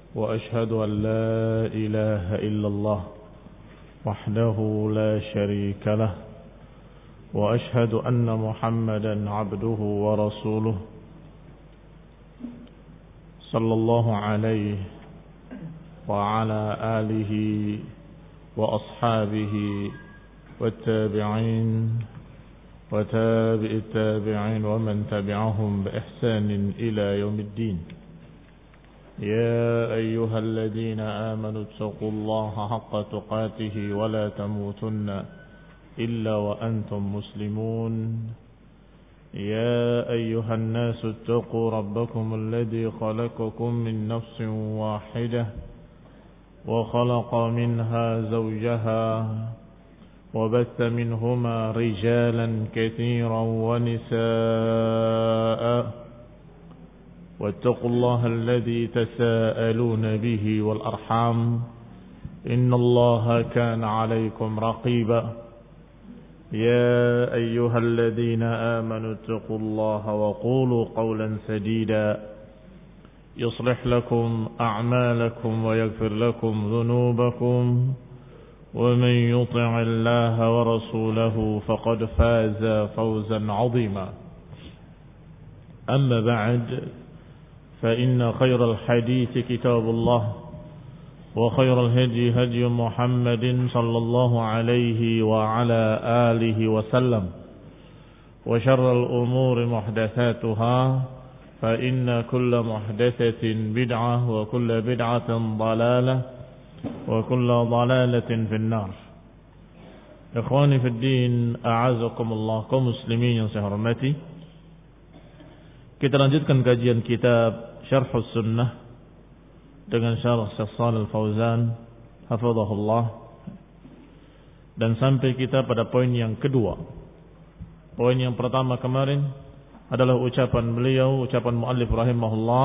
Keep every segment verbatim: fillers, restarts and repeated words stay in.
وأشهد أن لا إله إلا الله وحده لا شريك له وأشهد أن محمدا عبده ورسوله صلى الله عليه وعلى آله وأصحابه والتابعين وتابع التابعين ومن تبعهم بإحسان إلى يوم الدين. يا أيها الذين آمنوا اتقوا الله حق تقاته ولا تموتن إلا وأنتم مسلمون. يا أيها الناس اتقوا ربكم الذي خلقكم من نفس واحدة وخلق منها زوجها وبث منهما رجالا كثيرا ونساء واتقوا الله الذي تساءلون به والأرحام إن الله كان عليكم رقيبا. يا أيها الذين آمنوا اتقوا الله وقولوا قولا سديدا يصلح لكم أعمالكم ويغفر لكم ذنوبكم ومن يطع الله ورسوله فقد فاز فوزا عظيما. أما بعد فإن خير الحديث كتاب الله وخير الهدي هدي محمد صلى الله عليه وعلى آله وسلم وشر الأمور محدثاتها فإن كل محدثة بدعة وكل بدعة ضلالة وكل ضلالة في النار. Ikhwani fi din, a'azakumullah, kaum muslimin yang saya hormati. Kita lanjutkan kajian kitab Syarhus Sunnah dengan syarah Syekh Shalih Al-Fauzan hafizahullah, dan sampai kita pada poin yang kedua. Poin yang pertama kemarin adalah ucapan beliau, ucapan muallif rahimahullah,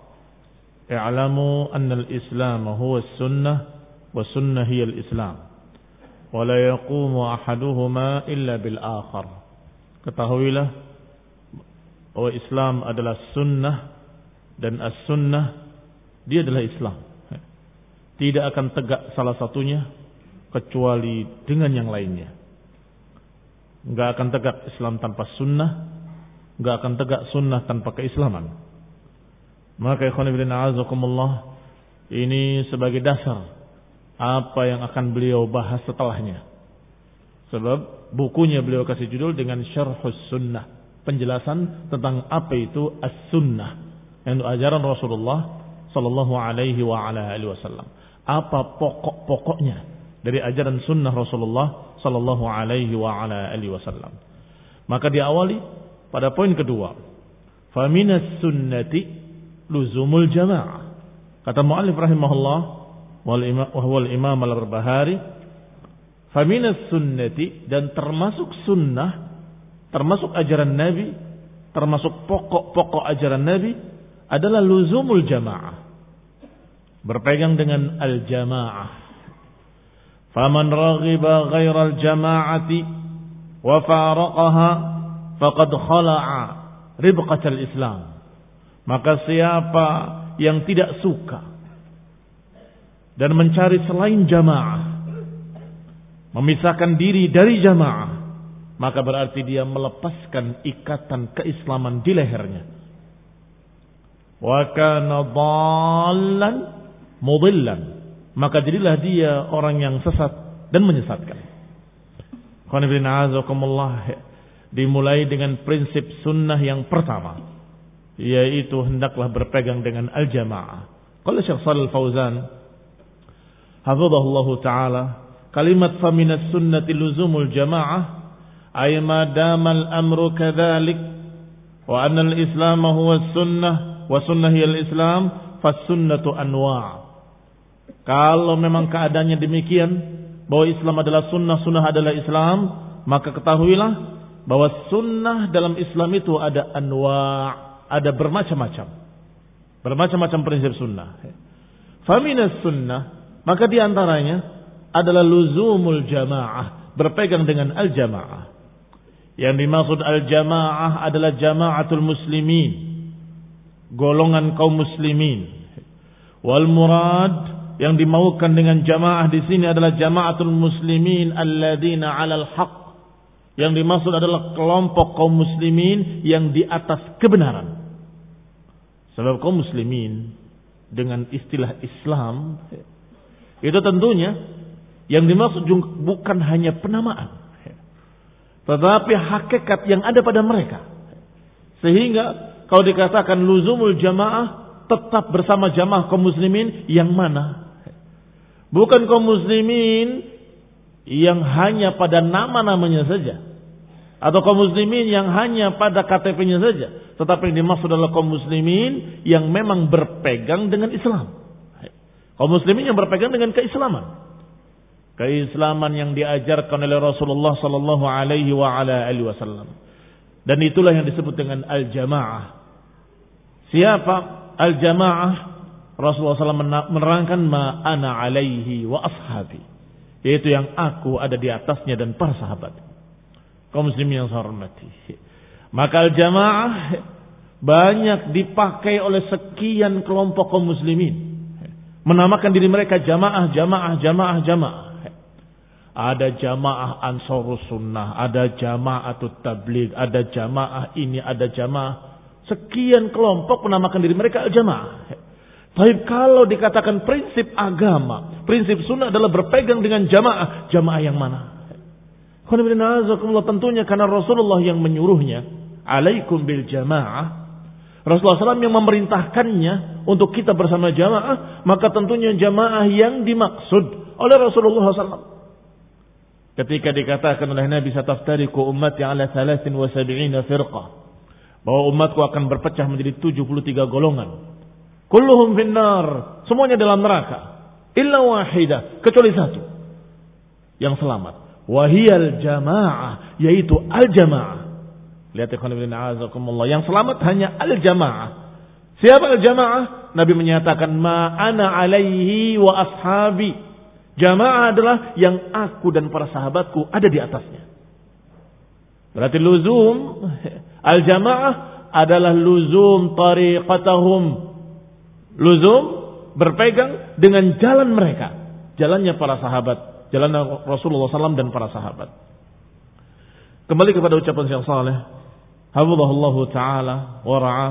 i'lamu anna al-islam huwa as-sunnah wa sunnah hiya al-islam wa la yaqumu ahaduhuma illa bil akhar. Ketahuilah bahwa Islam adalah sunnah dan as-sunnah dia adalah Islam. Tidak akan tegak salah satunya kecuali dengan yang lainnya. Enggak akan tegak Islam tanpa sunnah, enggak akan tegak sunnah tanpa keislaman. Maka ikhwan fillah azakumullah, ini sebagai dasar apa yang akan beliau bahas setelahnya. Sebab bukunya beliau kasih judul dengan Syarhus Sunnah, penjelasan tentang apa itu as-sunnah, yang ajaran Rasulullah sallallahu alaihi wa ala alihi wasallam. Apa pokok-pokoknya dari ajaran sunnah Rasulullah sallallahu alaihi wa ala alihi wasallam. Maka diawali pada poin kedua. Fa minas sunnati luzumul jamaah. Kata muallif rahimahullah wal imam wa huwa al-imam al-Barbahari, fa minas sunnati, dan termasuk sunnah, termasuk ajaran Nabi, termasuk pokok-pokok ajaran Nabi adalah luzumul jamaah, berpegang dengan al-jamaah. Faman raghiba ghairal jamaati wa faraqaha faqad khala'a ribqatal Islam. Maka siapa yang tidak suka dan mencari selain jamaah, memisahkan diri dari jamaah, maka berarti dia melepaskan ikatan keislaman di lehernya. Wa kana dhallan mudillan, maka jadilah dia orang yang sesat dan menyesatkan. Qanibina azakumullah, dimulai dengan prinsip sunnah yang pertama, yaitu hendaklah berpegang dengan al-jamaah. Qala Syekh Shalih Al-Fauzan hafizahullah taala, kalimat fa minas sunnati luzumul jamaah ay ma damal amru kadzalik wa anna al-islam huwa as-sunnah wa sunnah hiya al-islam fas-sunnatu anwa'. Kalau memang keadaannya demikian bahwa Islam adalah sunnah, sunnah adalah Islam, maka ketahuilah bahwa sunnah dalam Islam itu ada anwa', ada bermacam-macam. Bermacam-macam prinsip sunnah. Fa minas sunnah, maka di antaranya adalah luzumul jamaah, berpegang dengan al-jamaah. Yang dimaksud al-jamaah adalah jamaatul muslimin, golongan kaum muslimin. Wal murad, yang dimaukan dengan jamaah di sini adalah jamaatul muslimin alladzina 'alal haq. Yang dimaksud adalah kelompok kaum muslimin yang di atas kebenaran. Sebab kaum muslimin dengan istilah Islam itu tentunya yang dimaksud bukan hanya penamaan, tetapi hakikat yang ada pada mereka. Sehingga kalau dikatakan luzumul jamaah, tetap bersama jamaah kaum muslimin yang mana? Bukan kaum muslimin yang hanya pada nama-namanya saja, atau kaum muslimin yang hanya pada K T P-nya saja, tetapi yang dimaksud adalah kaum muslimin yang memang berpegang dengan Islam. Kaum muslimin yang berpegang dengan keislaman. Keislaman yang diajarkan oleh Rasulullah sallallahu alaihi wa ala alihi wasallam. Dan itulah yang disebut dengan al-jamaah. Siapa al-jamaah? Rasulullah sallallahu alaihi wasallam menerangkan ma ana alaihi wa ashabi, yaitu yang aku ada di atasnya dan para sahabat. Kaum muslimin yang saya hormati. Maka al-jamaah banyak dipakai oleh sekian kelompok kaum muslimin, menamakan diri mereka jamaah, jamaah, jamaah, jamaah. Ada jamaah Ansarus Sunnah, ada Jama'atut Tabligh, ada jamaah ini, ada jamaah. Sekian kelompok menamakan diri mereka jamaah. Tapi kalau dikatakan prinsip agama, prinsip sunnah adalah berpegang dengan jamaah, jamaah yang mana? Tentunya karena Rasulullah yang menyuruhnya, alaikum bil jamaah. Rasulullah shallallahu alaihi wasallam yang memerintahkannya untuk kita bersama jamaah, maka tentunya jamaah yang dimaksud oleh Rasulullah shallallahu alaihi wasallam. Ketika dikatakan oleh Nabi sataftariqu ummati ala thalathin wa sab'ina firqah, bahwa umatku akan berpecah menjadi tujuh puluh tiga golongan. Kulluhum finnar, semuanya dalam neraka. Illa wahidah, kecuali satu yang selamat. Wahiyal jamaah, yaitu al-jamaah. Lihat ikhwan ibn a'azakumullah, yang selamat hanya al-jamaah. Siapa al-jamaah? Nabi menyatakan ma ana alaihi wa ashabi. Jamaah adalah yang aku dan para sahabatku ada di atasnya. Berarti luzum al-jamaah adalah luzum tariqatahum. Luzum berpegang dengan jalan mereka, jalannya para sahabat, jalan Rasulullah sallallahu alaihi wasallam dan para sahabat. Kembali kepada ucapan Syekh Saleh, hafizahullahu taala wa ra'ah.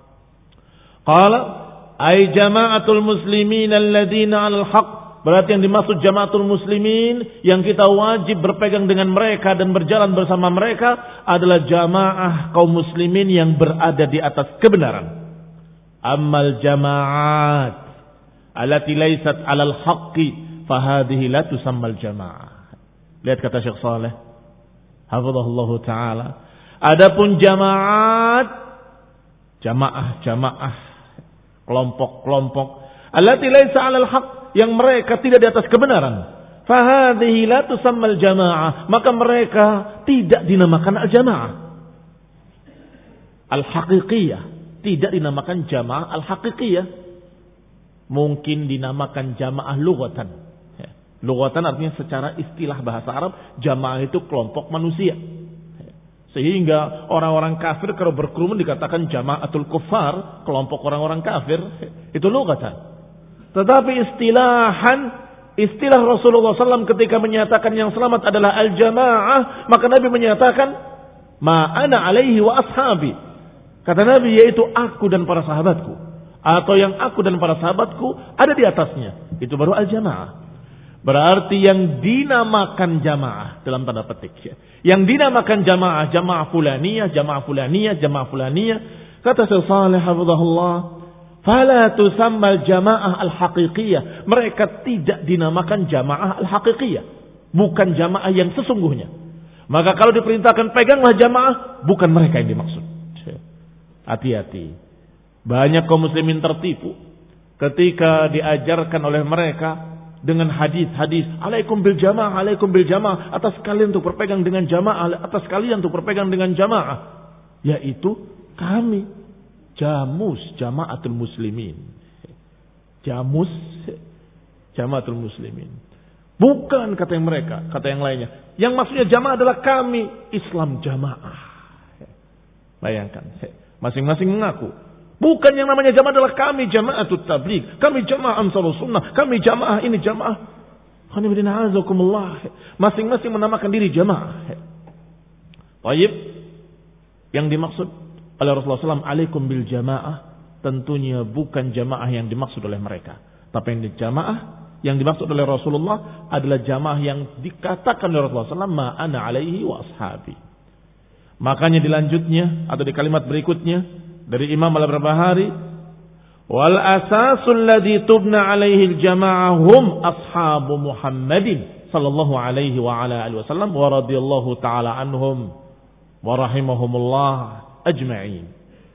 Qala ay jama'atul muslimin alladziina 'alal haqq. Berarti yang dimaksud jamaatul muslimin yang kita wajib berpegang dengan mereka dan berjalan bersama mereka adalah jamaah kaum muslimin yang berada di atas kebenaran. Ammal jamaat allati laysat 'alal haqqi fahadhihi la tusammal jamaah. Lihat kata Syekh Saleh, hafizahullahu taala. Adapun jamaat, jamaah-jamaah, kelompok-kelompok allati laysa 'alal haqq, yang mereka tidak di atas kebenaran, fahadhihi la tusammal jamaah, maka mereka tidak dinamakan al-jamaah al-haqiqiyah, tidak dinamakan jamaah al-haqiqiyah. Mungkin dinamakan jamaah lughatan. Lughatan artinya secara istilah bahasa Arab, jamaah itu kelompok manusia. Sehingga orang-orang kafir kalau berkerumun dikatakan jamaatul kuffar, kelompok orang-orang kafir, itu lughatan. Tetapi istilahan, istilah Rasulullah sallallahu alaihi wasallam ketika menyatakan yang selamat adalah al-jamaah, maka Nabi menyatakan ma ana alaihi wa ashabi. Kata Nabi, yaitu aku dan para sahabatku, atau yang aku dan para sahabatku ada di atasnya. Itu baru al-jamaah. Berarti yang dinamakan jamaah dalam tanda petik, yang dinamakan jamaah, jamaah fulaniyah, jamaah fulaniyah, jamaah fulaniyah. Kata Syekh Saleh hafizahullah, fala tusammal jamaah al-haqiqiyah. Mereka tidak dinamakan jamaah al-haqiqiyah, bukan jamaah yang sesungguhnya. Maka kalau diperintahkan peganglah jamaah, bukan mereka yang dimaksud. Hati-hati. Banyak kaum muslimin tertipu ketika diajarkan oleh mereka dengan hadis-hadis alaikum bil jamaah, alaikum bil jamaah, atas kalian untuk berpegang dengan jamaah, atas kalian untuk berpegang dengan jamaah, yaitu kami Jamus jamaatul muslimin. Jamus jamaatul muslimin. Bukan kata yang mereka, kata yang lainnya. Yang maksudnya jamaah adalah kami Islam jamaah. Bayangkan, masing-masing mengaku. Bukan yang namanya jamaah adalah kami jama'atut tabligh, kami jamaah Ansarus Sunnah, kami jamaah ini jamaah. Masing-masing menamakan diri jamaah. Baik. Yang dimaksud oleh Rasulullah shallallahu alaihi wasallam, alaikum bil jamaah, tentunya bukan jamaah yang dimaksud oleh mereka. Tapi yang jamaah yang dimaksud oleh Rasulullah adalah jamaah yang dikatakan oleh Rasulullah shallallahu alaihi wasallam, ma'ana alaihi wa ashabi. Makanya dilanjutnya atau di kalimat berikutnya dari Imam Al-Barbahari, wal asasul ladzi tubna alaihi al-jamaah hum ashabu Muhammadin sallallahu alaihi wa ala alihi wasallam wa radhiyallahu taala anhum wa rahimahumullah ajma'in.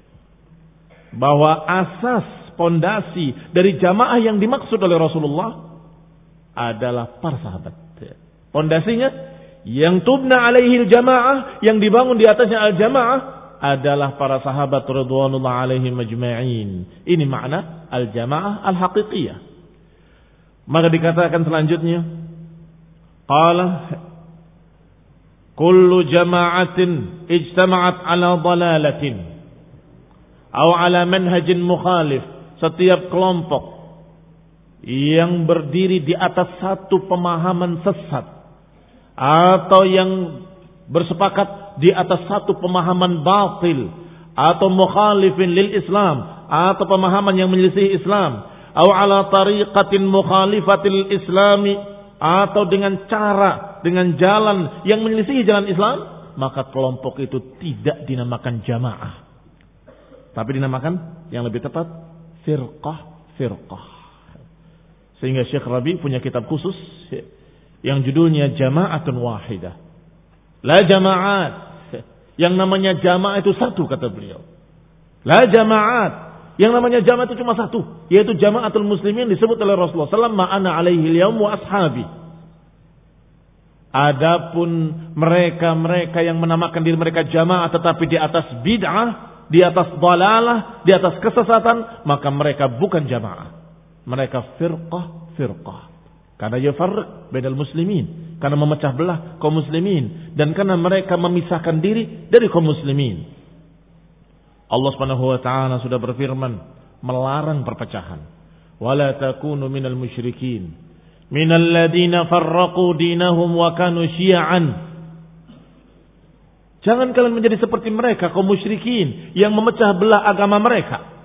Bahwa asas pondasi dari jamaah yang dimaksud oleh Rasulullah adalah para sahabat. Pondasinya yang tubna alaihi al-jamaah, yang dibangun di atasnya al-jamaah adalah para sahabat radhiyallahu alaihim ajma'in. Ini makna al-jamaah al-haqiqiyah. Maka dikatakan selanjutnya, qala kullu jama'atin ijtama'at ala dhalalatin atau ala manhajin mukhalif, setiap kelompok yang berdiri di atas satu pemahaman sesat atau yang bersepakat di atas satu pemahaman batil atau mukhalifin lil Islam atau pemahaman yang menyelisih Islam, atau ala tariqatin mukhalifatil Islami, atau dengan cara, dengan jalan yang menyelisih jalan Islam, maka kelompok itu tidak dinamakan jamaah, tapi dinamakan yang lebih tepat firqah-firqah. Sehingga Syekh Rabi punya kitab khusus yang judulnya Jama'atun Wahidah. La jama'at. Yang namanya jamaah itu satu, kata beliau. La jama'at. Yang namanya jamaah itu cuma satu, yaitu Jama'atul Muslimin disebut oleh Rasulullah shallallahu alaihi wasallam, ma'ana alaihi al-yawm wa ashabi. Adapun mereka-mereka yang menamakan diri mereka jamaah tetapi di atas bid'ah, di atas dalalah, di atas kesesatan, maka mereka bukan jamaah. Mereka firqah-firqah. Karena yafarriq bainal muslimin, karena memecah belah kaum muslimin, dan karena mereka memisahkan diri dari kaum muslimin. Allah Subhanahu wa taala sudah berfirman melarang perpecahan. Wala takunu minal musyrikin, minal ladzina farraqu dinahum wa kanu syi'an. Jangan kalian menjadi seperti mereka kaum musyrikin yang memecah belah agama mereka,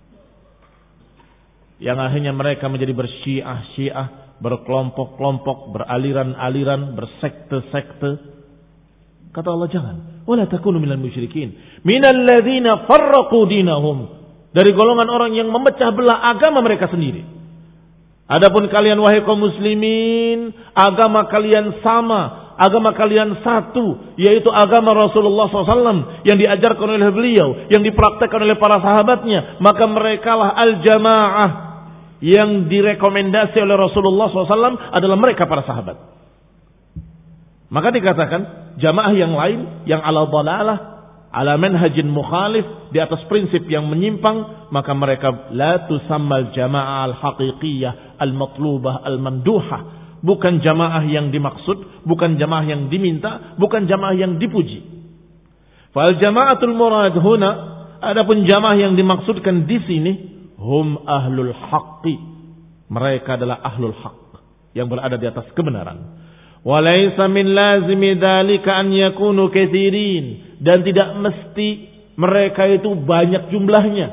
yang akhirnya mereka menjadi bersyiah-syiah, berkelompok-kelompok, beraliran-aliran, bersekte-sekte. Kata Allah, jangan. Wala takunu minal musyrikin, minal ladzina farraqu dinahum, dari golongan orang yang memecah belah agama mereka sendiri. Adapun kalian wahai kaum muslimin, agama kalian sama, agama kalian satu, yaitu agama Rasulullah shallallahu alaihi wasallam yang diajarkan oleh beliau, yang dipraktekkan oleh para sahabatnya. Maka merekalah al-jamaah yang direkomendasi oleh Rasulullah shallallahu alaihi wasallam adalah mereka para sahabat. Maka dikatakan jamaah yang lain yang ala dhalalah, ala manhajin mukhalif, di atas prinsip yang menyimpang, maka mereka la tusammal jamaah al-haqiqiyah al-matlubah al-manduhah. Bukan jamaah yang dimaksud, bukan jamaah yang diminta, bukan jamaah yang dipuji. Fal jamaatul murad huna, adapun jamaah yang dimaksudkan di sini, hum ahlul haqqi, mereka adalah ahlul haqq, yang berada di atas kebenaran. Walaysa min lazimi dzalika an yakunu katsirin, dan tidak mesti mereka itu banyak jumlahnya.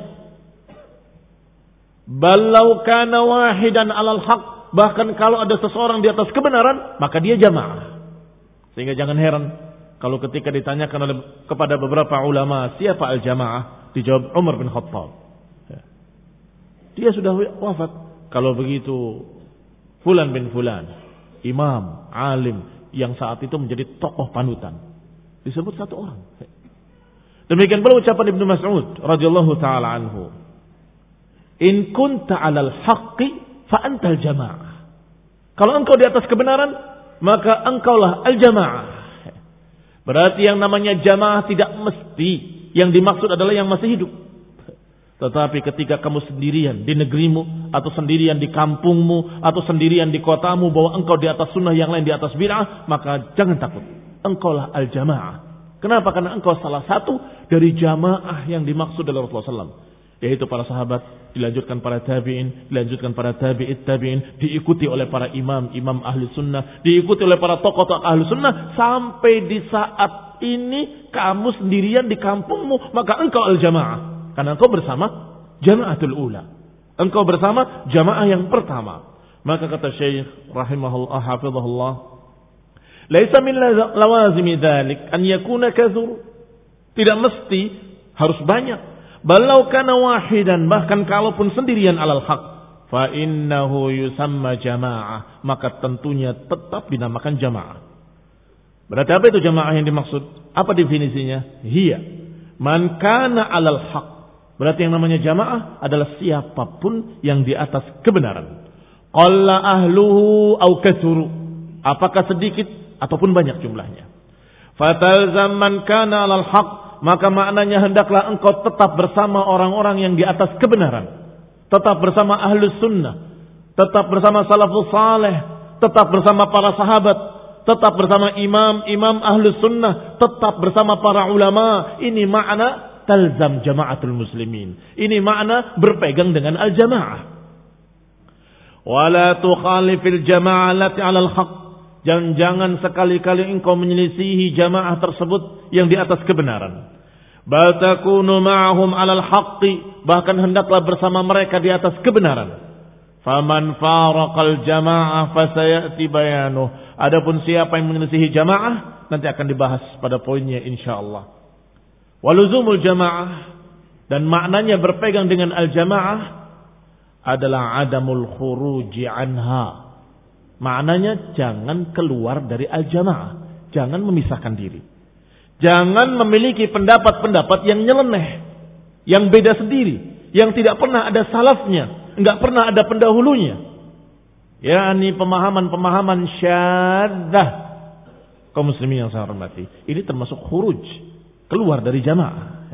Ballau kana wahidan alal haqq, bahkan kalau ada seseorang di atas kebenaran, maka dia jamaah. Sehingga jangan heran kalau ketika ditanyakan oleh kepada beberapa ulama siapa al-jamaah, dijawab Umar bin Khattab. Dia sudah wafat. Kalau begitu fulan bin fulan, imam, alim yang saat itu menjadi tokoh panutan, disebut satu orang. Demikian pula ucapan Ibnu Mas'ud radhiyallahu taala anhu, in kunta 'alal haqqi fa antal jamaah. Kalau engkau di atas kebenaran, maka engkaulah al-jamaah. Berarti yang namanya jamaah tidak mesti yang dimaksud adalah yang masih hidup. Tetapi ketika kamu sendirian di negerimu, atau sendirian di kampungmu, atau sendirian di kotamu, bahwa engkau di atas sunnah, yang lain di atas bid'ah, maka jangan takut. Engkaulah al-jamaah. Kenapa? Karena engkau salah satu dari jamaah yang dimaksud oleh Rasulullah shallallahu alaihi wasallam. yaitu para sahabat, dilanjutkan para tabi'in, dilanjutkan para tabi'it tabi'in, diikuti oleh para imam-imam ahli sunnah, diikuti oleh para tokoh-tokoh ahli sunnah, sampai di saat ini kamu sendirian di kampungmu, maka engkau al-jamaah. Karena engkau bersama jamaatul ula. Engkau bersama jamaah yang pertama. Maka kata Syekh rahimahullah hafizahullah, laisa min lawazimi dzalik an yakuna kathur. Tidak mesti harus banyak. Balau kana wahidan, bahkan kalaupun sendirian alal haq, fa innahu yusamma jamaah, maka tentunya tetap dinamakan jamaah. Berarti apa itu jamaah yang dimaksud? Apa definisinya? Hiya man kana alal haq. Berarti yang namanya jamaah adalah siapapun yang di atas kebenaran. Qalla ahluhu au katsuru, apakah sedikit ataupun banyak jumlahnya. Fatalzam man kana alal haq, maka maknanya hendaklah engkau tetap bersama orang-orang yang di atas kebenaran, tetap bersama ahlus sunnah, tetap bersama salafus saleh, tetap bersama para sahabat, tetap bersama imam-imam ahlus sunnah, tetap bersama para ulama. Ini makna talzam jamaatul muslimin. Ini makna berpegang dengan al-jamaah. Wala tukhalifil jama'ah allati 'alal haq. Dan jangan sekali-kali engkau menyelisihi jamaah tersebut yang di atas kebenaran. Bal takunu ma'ahum 'alal haqqi, bahkan hendaklah bersama mereka di atas kebenaran. Faman faraqal jamaah fasayati bayanuh. Adapun siapa yang menyelisihi jamaah nanti akan dibahas pada poinnya insyaallah. Waluzumul jamaah, dan maknanya berpegang dengan al-jamaah adalah adamul khuruji anha. Maknanya jangan keluar dari al-jamaah, jangan memisahkan diri. Jangan memiliki pendapat-pendapat yang nyeleneh, yang beda sendiri, yang tidak pernah ada salafnya, enggak pernah ada pendahulunya. yakni pemahaman-pemahaman syadzah. Kaum muslimin yang saya hormati, ini termasuk khuruj, keluar dari jamaah.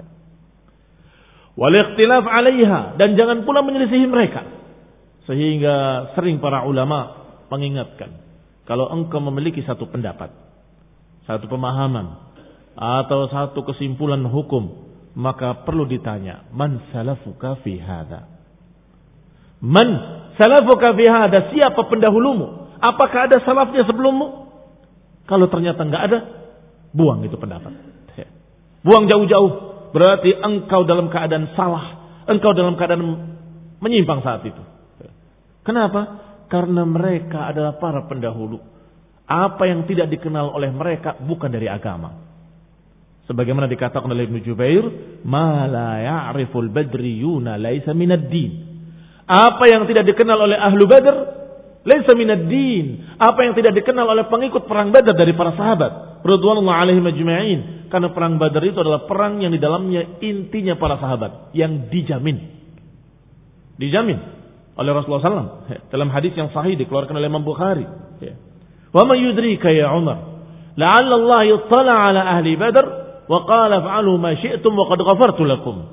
Wal ikhtilaf 'alaiha, dan jangan pula menyelisihi mereka. Sehingga sering para ulama mengingatkan, kalau engkau memiliki satu pendapat, satu pemahaman, atau satu kesimpulan hukum, maka perlu ditanya, man salafuka fi hadza? Man salafuka fi hadza? Siapa pendahulumu? Apakah ada salafnya sebelummu? Kalau ternyata enggak ada, buang itu pendapat. Buang jauh-jauh. Berarti engkau dalam keadaan salah, engkau dalam keadaan menyimpang saat itu. Kenapa? Karena mereka adalah para pendahulu. Apa yang tidak dikenal oleh mereka bukan dari agama. Sebagaimana dikatakan oleh Ibnu Jubair, ma la ya'riful badriyuna laisa minad din. Apa yang tidak dikenal oleh ahlu Badr laisa minad din. Apa yang tidak dikenal oleh pengikut perang Badar dari para sahabat radhiyallahu alaihim ajma'in. Karena perang Badar itu adalah perang yang di dalamnya intinya para sahabat yang dijamin. Dijamin oleh Rasulullah sallallahu alaihi wasallam dalam hadis yang sahih dikeluarkan oleh Imam Bukhari. Wa ma yudrika ya Umar, la'alla Allah yattala ala ahli Badr wa qala fa'alu ma syi'tum wa qad ghafartu lakum.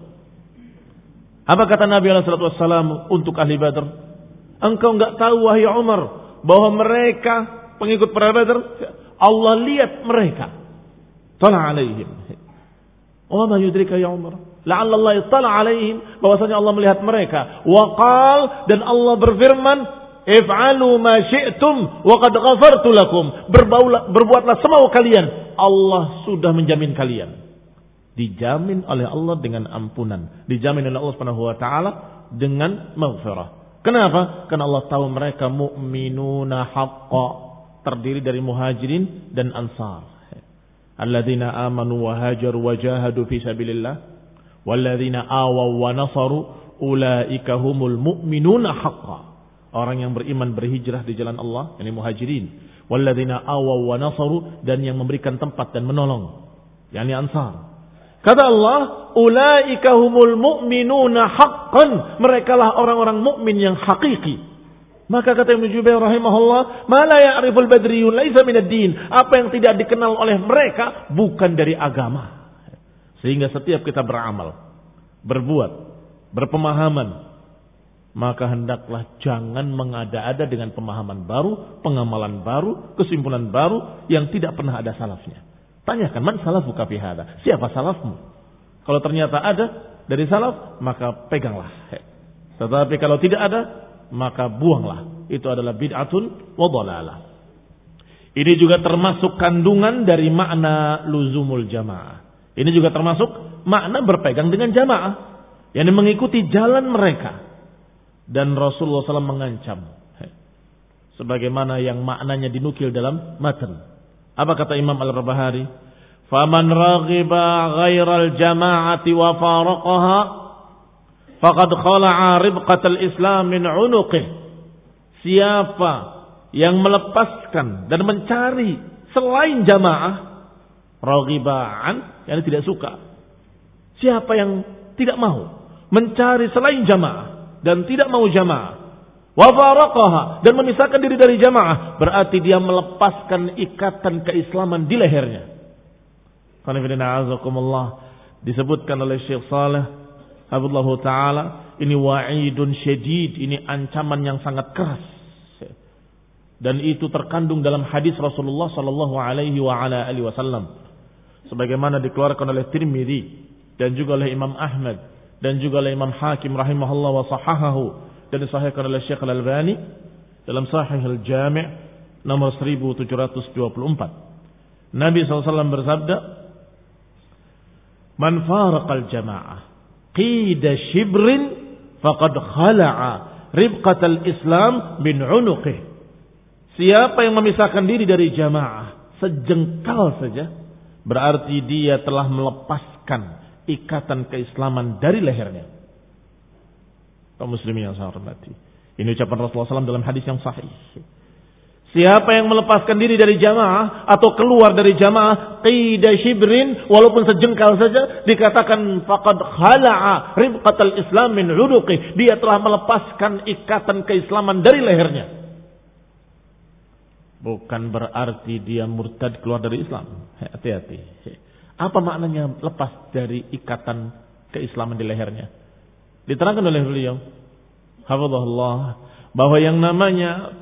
Apa kata Nabi sallallahu alaihi wasallam untuk ahli Badr? Engkau enggak tahu wahai Umar bahwa mereka pengikut perang Badr, Allah lihat mereka. Tala alaihim. Wa ma yudrika ya Umar, la'alla Allah yattala alaihim, bahwasanya Allah melihat mereka. Wa qal, dan Allah berfirman, if'alu ma syi'tum wa qad ghafartu lakum. Berbuatlah semau kalian, Allah sudah menjamin kalian. Dijamin oleh Allah dengan ampunan, dijamin oleh Allah Subhanahu wa taala dengan maghfirah. Kenapa? Karena Allah tahu mereka mu'minuna haqqa, terdiri dari muhajirin dan ansar. Alladzina amanu wa hajaru wa jahadu fi sabilillah walladzina awaw wa nasaru ulaika humul mu'minuna haqqa. Orang yang beriman berhijrah di jalan Allah, yakni muhajirin. Walladzina awaw wa nasaru, dan yang memberikan tempat dan menolong, yakni ansar. Kata Allah, ulaika humul mu'minuna haqqan. Merekalah orang-orang mukmin yang hakiki. Maka kata Ibnu Jubair rahimahullah, ma la ya'riful badriyun laisa minad din. Apa yang tidak dikenal oleh mereka bukan dari agama. Sehingga setiap kita beramal, berbuat, berpemahaman, maka hendaklah jangan mengada-ada dengan pemahaman baru, pengamalan baru, kesimpulan baru yang tidak pernah ada salafnya. Tanyakan, man salafuka fi hadza? Siapa salafmu? Kalau ternyata ada, dari salaf, maka peganglah. Tetapi kalau tidak ada, maka buanglah. Itu adalah bid'atun wa dhalalah. Ini juga termasuk kandungan dari makna luzumul jamaah. Ini juga termasuk makna berpegang dengan jamaah, yang mengikuti jalan mereka. Dan Rasulullah shallallahu alaihi wasallam mengancam, sebagaimana yang maknanya dinukil dalam matan. Apa kata Imam Al-Barbahari? Faman raghiba ghairal jama'ati wa faraqaha faqad khala'a ribqatal Islam min 'unuqih. Siapa yang melepaskan dan mencari selain jamaah, raghibaan, yang tidak suka. Siapa yang tidak mau mencari selain jamaah dan tidak mau jamaah, wa faraqaha, dan memisahkan diri dari jamaah, berarti dia melepaskan ikatan keislaman di lehernya. Disebutkan oleh Syekh Saleh Habibullah Ta'ala, ini wa'idun syadid, ini ancaman yang sangat keras, dan itu terkandung dalam hadis Rasulullah sallallahu alaihi wa ala alihi wasallam, sebagaimana dikeluarkan oleh Tirmidzi dan juga oleh Imam Ahmad dan juga oleh Imam Hakim rahimahullah wa sahahahu, dan disahihkan oleh Syekh Al-Albani dalam Sahih Al-Jami' nomor seribu tujuh ratus dua puluh empat. Nabi sallallahu alaihi wasallam bersabda, "Man faraqal jama'ah qida shibrin faqad khala'a ribqatal Islam min 'unuqih." Siapa yang memisahkan diri dari jamaah sejengkal saja, berarti dia telah melepaskan ikatan keislaman dari lehernya. Kaum muslimin yang saya hormati, ini ucapan Rasulullah sallallahu alaihi wasallam dalam hadis yang sahih. Siapa yang melepaskan diri dari jamaah atau keluar dari jamaah qida shibrin, walaupun sejengkal saja, dikatakan faqad khala'a ribqatal Islam min 'unuqih, dia telah melepaskan ikatan keislaman dari lehernya. Bukan berarti dia murtad, keluar dari Islam. Hati-hati. Apa maknanya lepas dari ikatan keislaman di lehernya? Diterangkan oleh beliau, hafizahullah, bahwa yang namanya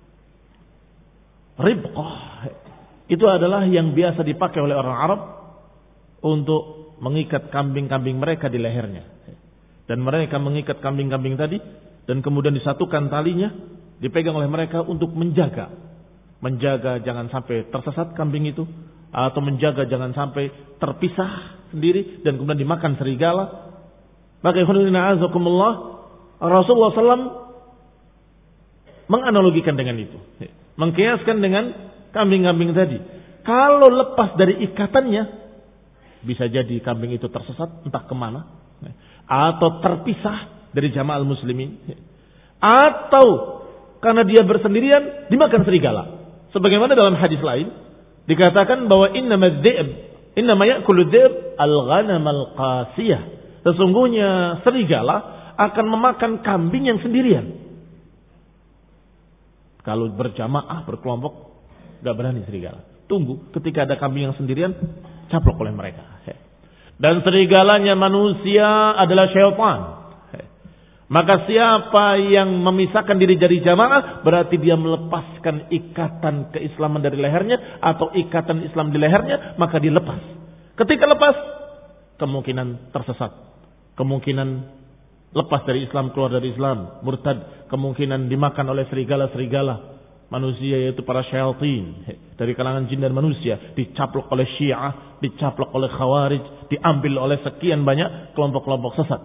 ribqah itu adalah yang biasa dipakai oleh orang Arab untuk mengikat kambing-kambing mereka di lehernya. Dan mereka mengikat kambing-kambing tadi, dan kemudian disatukan talinya, dipegang oleh mereka untuk menjaga. Menjaga jangan sampai tersesat kambing itu, atau menjaga jangan sampai terpisah sendiri dan kemudian dimakan serigala. Maka Rasulullah sallallahu alaihi wasallam menganalogikan dengan itu, mengkiaskan dengan kambing-kambing tadi. Kalau lepas dari ikatannya, bisa jadi kambing itu tersesat entah kemana, atau terpisah dari jamaah muslimin, atau karena dia bersendirian dimakan serigala. Sebagaimana dalam hadis lain dikatakan bahwa innamad dhi'b innama ya'kulu dhi'b al-ghanam al-qasiyah. Sesungguhnya serigala akan memakan kambing yang sendirian. Kalau berjamaah, berkelompok, gak berani serigala. Tunggu ketika ada kambing yang sendirian, caplok oleh mereka. Dan serigalanya manusia adalah syaitan. Maka siapa yang memisahkan diri dari jamaah, berarti dia melepaskan ikatan keislaman dari lehernya, atau ikatan Islam di lehernya, maka dilepas. Ketika lepas, kemungkinan tersesat, kemungkinan lepas dari Islam, keluar dari Islam, murtad, kemungkinan dimakan oleh serigala-serigala manusia, yaitu para syaitan dari kalangan jin dan manusia, dicaplok oleh Syiah, dicaplok oleh Khawarij, diambil oleh sekian banyak kelompok-kelompok sesat.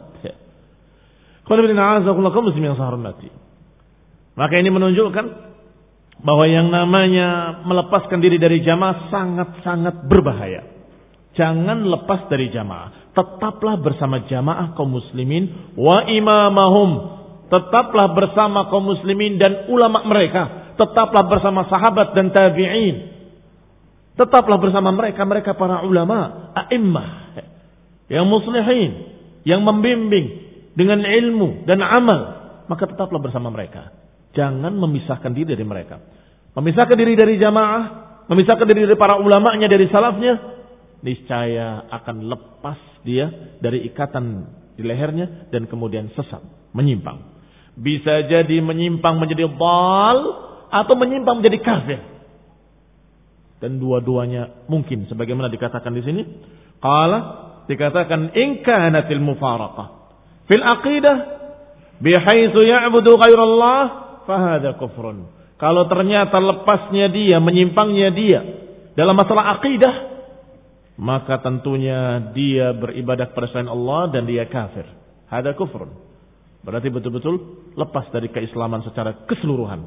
Maka ini menunjukkan bahwa yang namanya melepaskan diri dari jamaah sangat-sangat berbahaya. Jangan lepas dari jamaah. Tetaplah bersama jamaah kaum muslimin wa imamahum. Tetaplah bersama kaum muslimin dan ulama mereka. Tetaplah bersama sahabat dan tabi'in. Tetaplah bersama mereka, mereka para ulama, a'immah, yang muslihin, yang membimbing dengan ilmu dan amal, maka tetaplah bersama mereka. Jangan memisahkan diri dari mereka. Memisahkan diri dari jamaah, memisahkan diri dari para ulamanya, dari salafnya, niscaya akan lepas dia dari ikatan di lehernya dan kemudian sesat, menyimpang. Bisa jadi menyimpang menjadi dhal atau menyimpang menjadi kafir. Dan dua-duanya mungkin, sebagaimana dikatakan di sini. Qala, dikatakan in kanatil mufaraqah fil aqidah bihaitsu ya'budu ghairallah fahada kufrun. Kalau ternyata lepasnya dia, menyimpangnya dia dalam masalah akidah, maka tentunya dia beribadah kepada selain Allah dan dia kafir. Hada kufrun. Berarti betul-betul lepas dari keislaman secara keseluruhan.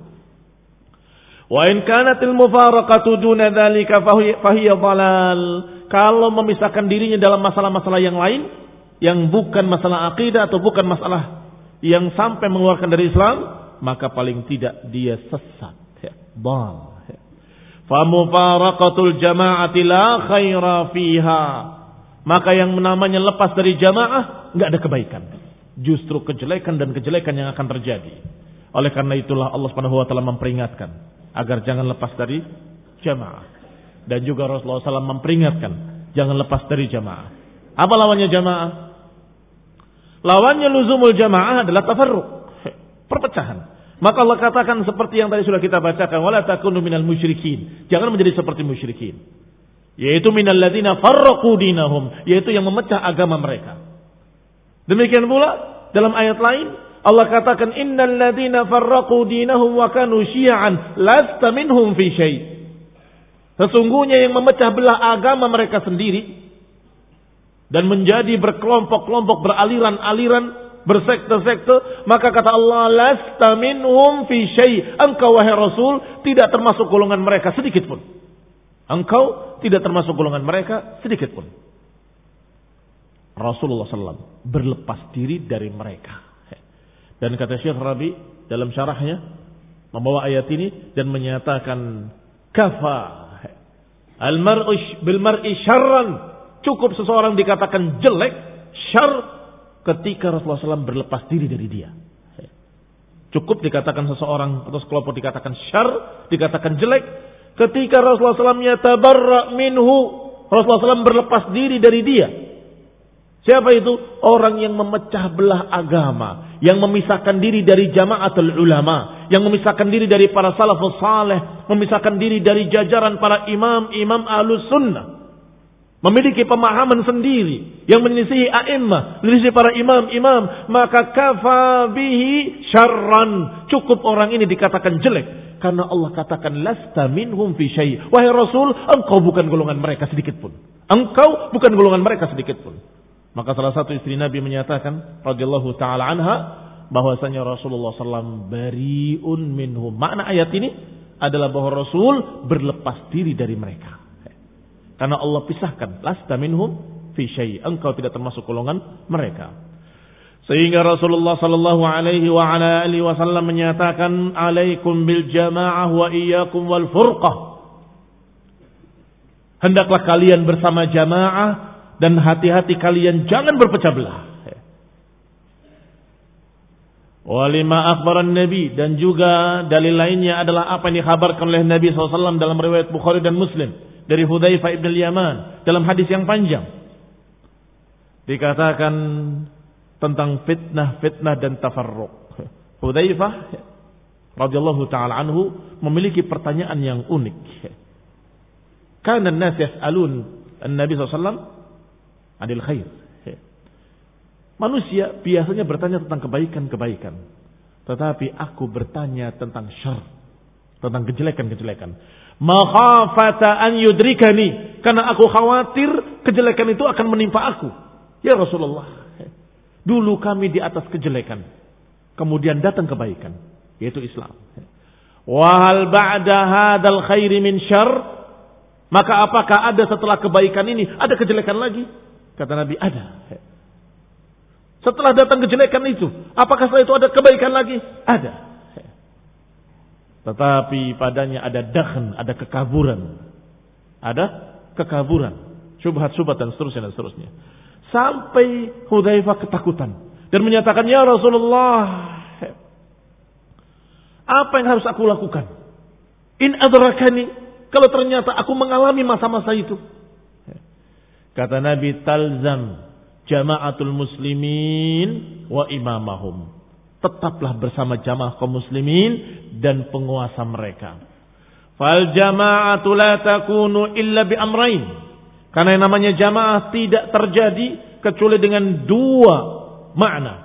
Wa in kanatil mufaraqatu duna dzalika fahiya dhalal. Kalau memisahkan dirinya dalam masalah-masalah yang lain yang bukan masalah akidah atau bukan masalah yang sampai mengeluarkan dari Islam, maka paling tidak dia sesat. Dhal. Fa mufaraqatul jama'ati la khaira fiha. Maka yang namanya lepas dari jamaah enggak ada kebaikan. Justru kejelekan dan kejelekan yang akan terjadi. Oleh karena itulah Allah Subhanahu wa taala memperingatkan agar jangan lepas dari jamaah. Dan juga Rasulullah shallallahu alaihi wasallam memperingatkan jangan lepas dari jamaah. Apa lawannya jamaah? Lawannya luzumul jamaah adalah tafarruq, perpecahan. Maka Allah katakan seperti yang tadi sudah kita bacakan, wala takunu minal musyrikin. Jangan menjadi seperti musyrikin. Yaitu minal ladzina farraqu dinahum, yaitu yang memecah agama mereka. Demikian pula dalam ayat lain Allah katakan innal ladzina farraqu dinahum wa kanu syi'an lasta minhum fi syai'. Sesungguhnya yang memecah belah agama mereka sendiri dan menjadi berkelompok-kelompok, beraliran-aliran, bersekte-sekte, maka kata Allah lasta minhum fi syai'. Engkau wahai Rasul tidak termasuk golongan mereka sedikit pun. Engkau tidak termasuk golongan mereka sedikit pun. Rasulullah sallallahu alaihi wasallam berlepas diri dari mereka. Dan kata Syekh Rabi dalam syarahnya membawa ayat ini dan menyatakan kafa al-mar'u bil mar'i syarran. Cukup seseorang dikatakan jelek, syar ketika Rasulullah sallallahu alaihi wasallam berlepas diri dari dia. Cukup dikatakan seseorang atau sekelompok dikatakan syar, dikatakan jelek ketika Rasulullah sallallahu alaihi wasallam yatabarra minhu. Rasulullah sallallahu alaihi wasallam berlepas diri dari dia. Siapa itu? Orang yang memecah belah agama, yang memisahkan diri dari jama'atul ulama, yang memisahkan diri dari para salafus saleh, memisahkan diri dari jajaran para imam-imam ahlus sunnah, memiliki pemahaman sendiri, yang menyelisihi a'immah, menyelisihi para imam-imam, maka kafa bihi syarran. Cukup orang ini dikatakan jelek, karena Allah katakan lasta minhum fi syai'. Wahai Rasul, engkau bukan golongan mereka sedikit pun. Engkau bukan golongan mereka sedikit pun. Maka salah satu istri Nabi menyatakan radhiyallahu taala anha bahwasanya Rasulullah sallallahu alaihi wasallam bariun minhum. Makna ayat ini adalah bahwa Rasul berlepas diri dari mereka. Karena Allah pisahkan lasta minhum fi syai'. Engkau tidak termasuk golongan mereka. Sehingga Rasulullah sallallahu alaihi wa ala alihi wasallam menyatakan alaikum bil jamaah wa iyyakum wal furqah. Hendaklah kalian bersama jamaah dan hati-hati kalian jangan berpecah belah. Walima akhbaran Nabi, dan juga dalil lainnya adalah apa yang dikhabarkan oleh Nabi sallallahu alaihi wasallam dalam riwayat Bukhari dan Muslim dari Hudzaifah ibn al-Yaman dalam hadis yang panjang. Dikatakan tentang fitnah-fitnah dan tafarruq. Hudzaifah radhiyallahu taala anhu memiliki pertanyaan yang unik. Kana an-nas yas'alun an-nabi sallallahu alaihi wasallam adil khair. Manusia biasanya bertanya tentang kebaikan-kebaikan. Tetapi aku bertanya tentang syarr, tentang kejelekan-kejelekan. Makhafata an yudrikani, karena aku khawatir kejelekan itu akan menimpa aku. Ya Rasulullah, dulu kami di atas kejelekan, kemudian datang kebaikan, yaitu Islam. Wa hal ba'da hadzal khairi min syarr? Maka apakah ada setelah kebaikan ini ada kejelekan lagi? Kata Nabi, ada. Setelah datang kejelekan itu, apakah setelah itu ada kebaikan lagi? Ada. Tetapi padanya ada dakhn, ada kekaburan. Ada kekaburan. Syubhat-syubhat dan seterusnya dan seterusnya. Sampai Hudzaifah ketakutan. Dan menyatakan, ya Rasulullah, apa yang harus aku lakukan? In adrakani, kalau ternyata aku mengalami masa-masa itu. Kata Nabi, talzam jama'atul muslimin wa imamahum. Tetaplah bersama jamaah kaum muslimin dan penguasa mereka. Fal jama'atu la takunu illa bi amrain. Karena yang namanya jamaah tidak terjadi kecuali dengan dua makna.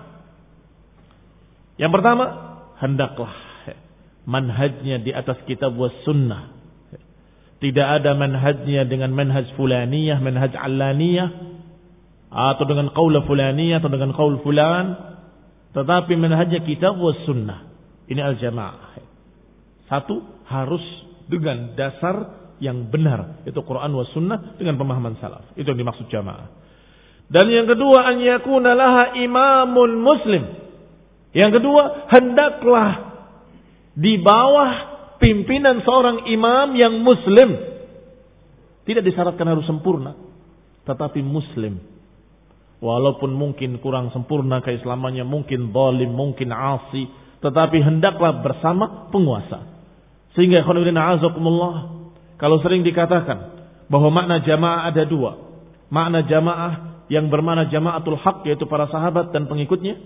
Yang pertama, hendaklah manhajnya di atas kitab was sunnah. Tidak ada manhajnya dengan manhaj fulaniyah, manhaj allaniyah, atau dengan qaul fulaniyah atau dengan qaul fulan, tetapi manhajnya kitab was sunnah. Ini al-jamaah. Satu, harus dengan dasar yang benar, itu Quran was sunnah dengan pemahaman salaf. Itu yang dimaksud jamaah. Dan yang kedua, an yakuna laha imamun muslim. Yang kedua, hendaklah di bawah pimpinan seorang imam yang muslim. Tidak disyaratkan harus sempurna, tetapi muslim. Walaupun mungkin kurang sempurna keislamannya, mungkin zalim, mungkin asi, tetapi hendaklah bersama penguasa. Sehingga khonibina azakumullah, kalau sering dikatakan bahwa makna jamaah ada dua. Makna jamaah yang bermakna jamaatul haq, yaitu para sahabat dan pengikutnya.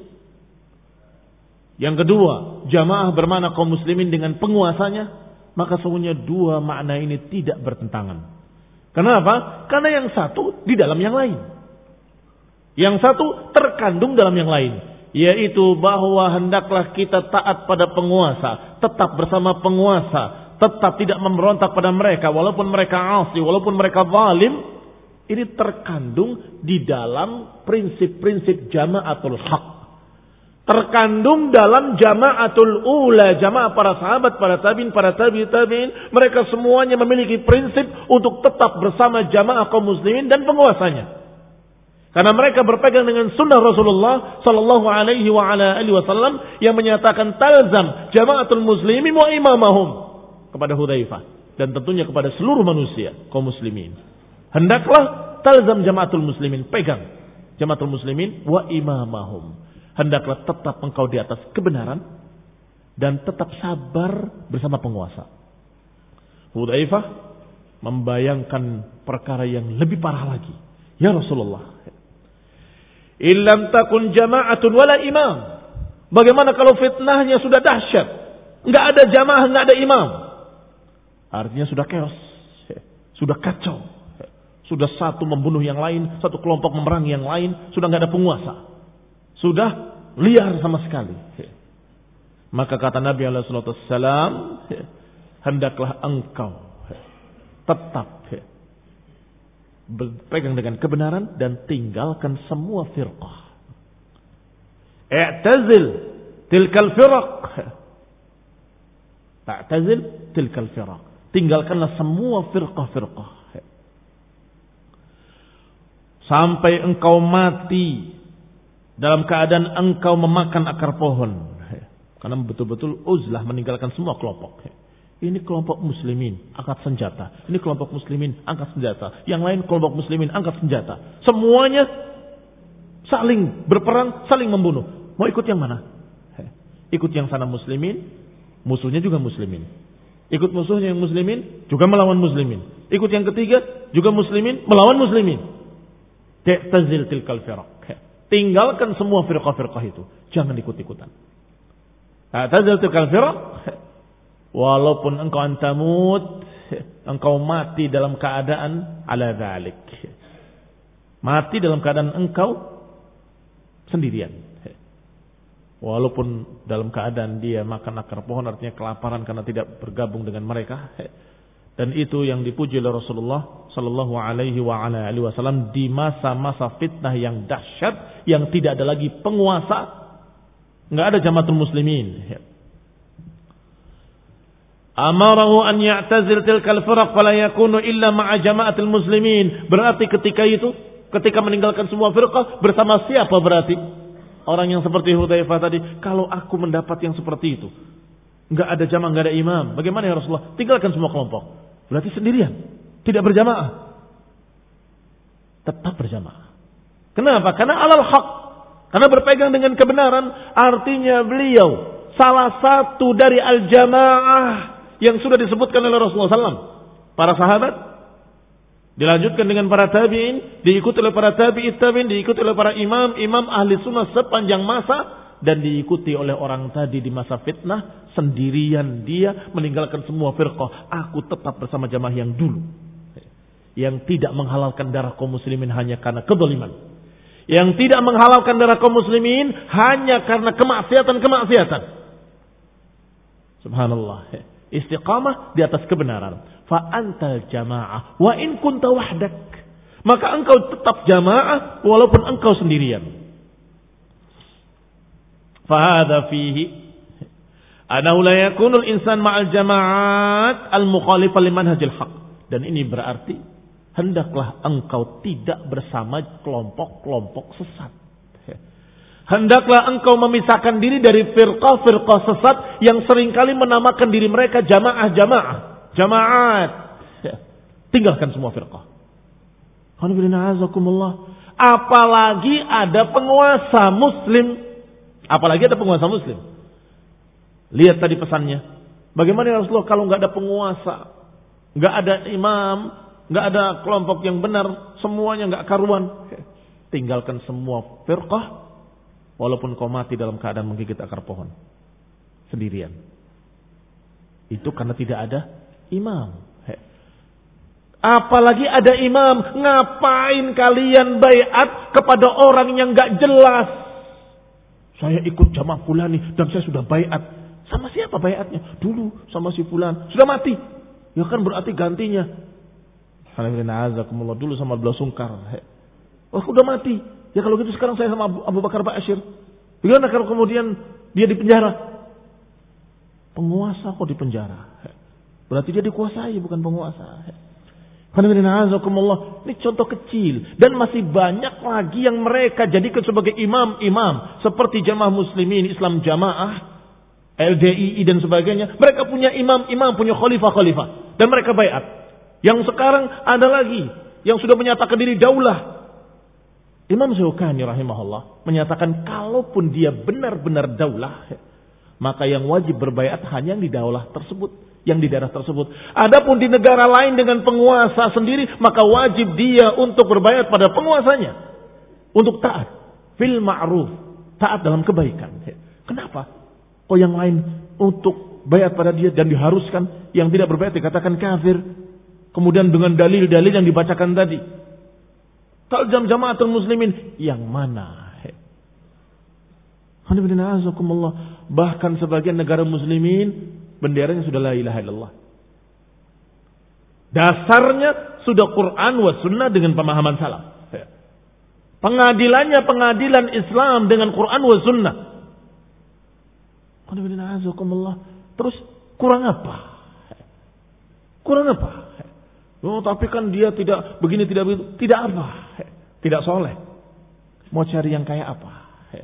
Yang kedua, jamaah bermakna kaum muslimin dengan penguasanya. Maka sesungguhnya dua makna ini tidak bertentangan. Kenapa? Karena yang satu di dalam yang lain. Yang satu terkandung dalam yang lain. Yaitu bahwa hendaklah kita taat pada penguasa. Tetap bersama penguasa. Tetap tidak memberontak pada mereka. Walaupun mereka asi, walaupun mereka zalim. Ini terkandung di dalam prinsip-prinsip jamaatul haq. Terkandung dalam jamaatul ula, jamaah para sahabat, para tabi'in, para tabi'in, tabi'in. Mereka semuanya memiliki prinsip untuk tetap bersama jamaah kaum muslimin dan penguasanya. Karena mereka berpegang dengan sunnah Rasulullah sallallahu alaihi wa ala alihi wasallam yang menyatakan talzam jamaatul muslimin wa imamahum kepada Hudzaifah dan tentunya kepada seluruh manusia kaum muslimin. Hendaklah talzam jamaatul muslimin, pegang jamaatul muslimin wa imamahum. Hendaklah tetap engkau di atas kebenaran dan tetap sabar bersama penguasa. Hudzaifah membayangkan perkara yang lebih parah lagi. Ya Rasulullah, illam takun jama'atun wala imam. Bagaimana kalau fitnahnya sudah dahsyat? Enggak ada jamaah, enggak ada imam. Artinya sudah chaos, sudah kacau. Sudah satu membunuh yang lain, satu kelompok memerangi yang lain, sudah enggak ada penguasa. Sudah liar sama sekali. Maka kata Nabi alaihi salatu wassalam, hendaklah engkau tetap berpegang dengan kebenaran dan tinggalkan semua firqah. I'tazil tilkal firaq. I'tazil tilkal firaq. Tinggalkanlah semua firqah-firqah. Sampai engkau mati dalam keadaan engkau memakan akar pohon. Karena betul-betul uzlah meninggalkan semua kelompok. Ini kelompok muslimin angkat senjata. Ini kelompok muslimin angkat senjata. Yang lain kelompok muslimin angkat senjata. Semuanya saling berperang, saling membunuh. Mau ikut yang mana? Ikut yang sana muslimin, musuhnya juga muslimin. Ikut musuhnya yang muslimin, juga melawan muslimin. Ikut yang ketiga, juga muslimin, melawan muslimin. Ta'tazil tilkal firaq. Tinggalkan semua firqah-firqah itu. Jangan ikut-ikutan. Ta'tazil tilkal firaq. Walaupun engkau antamut, engkau mati dalam keadaan ala dzalik. Mati dalam keadaan engkau sendirian. Walaupun dalam keadaan dia makan akar pohon, artinya kelaparan karena tidak bergabung dengan mereka. Dan itu yang dipuji oleh Rasulullah sallallahu alaihi wa ala alihi wasallam di masa-masa fitnah yang dahsyat, yang tidak ada lagi penguasa, enggak ada jamaatul muslimin. Amarahu an ya'tazil tilkal firaq fala yakunu illa ma'a jama'atil muslimin. Berarti ketika itu, ketika meninggalkan semua firqah, bersama siapa berarti? Orang yang seperti Hudzaifah tadi. Kalau aku mendapat yang seperti itu, enggak ada jamaah, enggak ada imam, bagaimana ya Rasulullah? Tinggalkan semua kelompok. Berarti sendirian, tidak berjamaah. Tetap berjamaah. Kenapa? Karena alal haq, karena berpegang dengan kebenaran. Artinya beliau salah satu dari al-jamaah yang sudah disebutkan oleh Rasulullah sallallahu alaihi wasallam. Para sahabat, dilanjutkan dengan para tabi'in, diikuti oleh para tabi'it tabi'in, diikuti oleh para imam, imam ahli sunnah sepanjang masa, dan diikuti oleh orang tadi di masa fitnah. Sendirian dia meninggalkan semua firqah. Aku tetap bersama jamaah yang dulu. Yang tidak menghalalkan darah kaum muslimin hanya karena kezaliman. Yang tidak menghalalkan darah kaum muslimin hanya karena kemaksiatan-kemaksiatan. Subhanallah. Istiqamah di atas kebenaran. Fa antal jamaah wa in kunta wahdak. Maka engkau tetap jamaah walaupun engkau sendirian. Fa hadza fihi annahu la yakunu al-insan ma'al jama'at al-mukhalifah limanhajil haq. Dan ini berarti hendaklah engkau tidak bersama kelompok-kelompok sesat. Hendaklah engkau memisahkan diri dari firqah-firqah sesat yang seringkali menamakan diri mereka jamaah-jamaah, jamaat. Tinggalkan semua firqah. Apalagi ada penguasa muslim. Apalagi ada penguasa muslim. Lihat tadi pesannya. Bagaimana ya Rasulullah kalau nggak ada penguasa, nggak ada imam, nggak ada kelompok yang benar, semuanya nggak karuan. Tinggalkan semua firqah, walaupun kau mati dalam keadaan menggigit akar pohon sendirian. Itu karena tidak ada imam. Apalagi ada imam, ngapain kalian baiat kepada orang yang nggak jelas? Saya ikut jamaah fulan nih dan saya sudah baiat. Sama siapa baiatnya? Dulu sama si fulan. Sudah mati. Ya kan berarti gantinya. Alhamdulillah dulu sama Abdullah Sungkar. Oh udah mati. Ya kalau gitu sekarang saya sama Abu, Abu Bakar Ba'asyir. Bagaimana kalau kemudian dia di penjara? Penguasa kok di penjara? Berarti dia dikuasai bukan penguasa. Alhamdulillah. Ini contoh kecil. Dan masih banyak lagi yang mereka jadikan sebagai imam-imam. Seperti jamaah muslimin, Islam jamaah. L D I I dan sebagainya. Mereka punya imam-imam, punya khalifah-khalifah. Dan mereka baiat. Yang sekarang ada lagi. Yang sudah menyatakan diri daulah. Imam Syaukani rahimahullah menyatakan kalaupun dia benar-benar daulah. Maka yang wajib berbaiat hanya yang di daulah tersebut. Yang di daerah tersebut. Adapun di negara lain dengan penguasa sendiri. Maka wajib dia untuk berbaiat pada penguasanya. Untuk taat. Fil ma'ruf. Taat dalam kebaikan. Kenapa? Oh yang lain untuk bayat pada dia dan diharuskan, yang tidak berbayat dikatakan kafir. Kemudian dengan dalil-dalil yang dibacakan tadi. Kalau jam jamaatul muslimin yang mana? Bahkan sebagian negara muslimin benderanya sudah la ilaha illallah. Dasarnya sudah Quran wa sunnah dengan pemahaman salaf. Pengadilannya pengadilan Islam dengan Quran wa sunnah. Terus kurang apa? Kurang apa? Oh, tapi kan dia tidak begini, tidak begitu. Tidak apa? Tidak soleh. Mau cari yang kayak apa?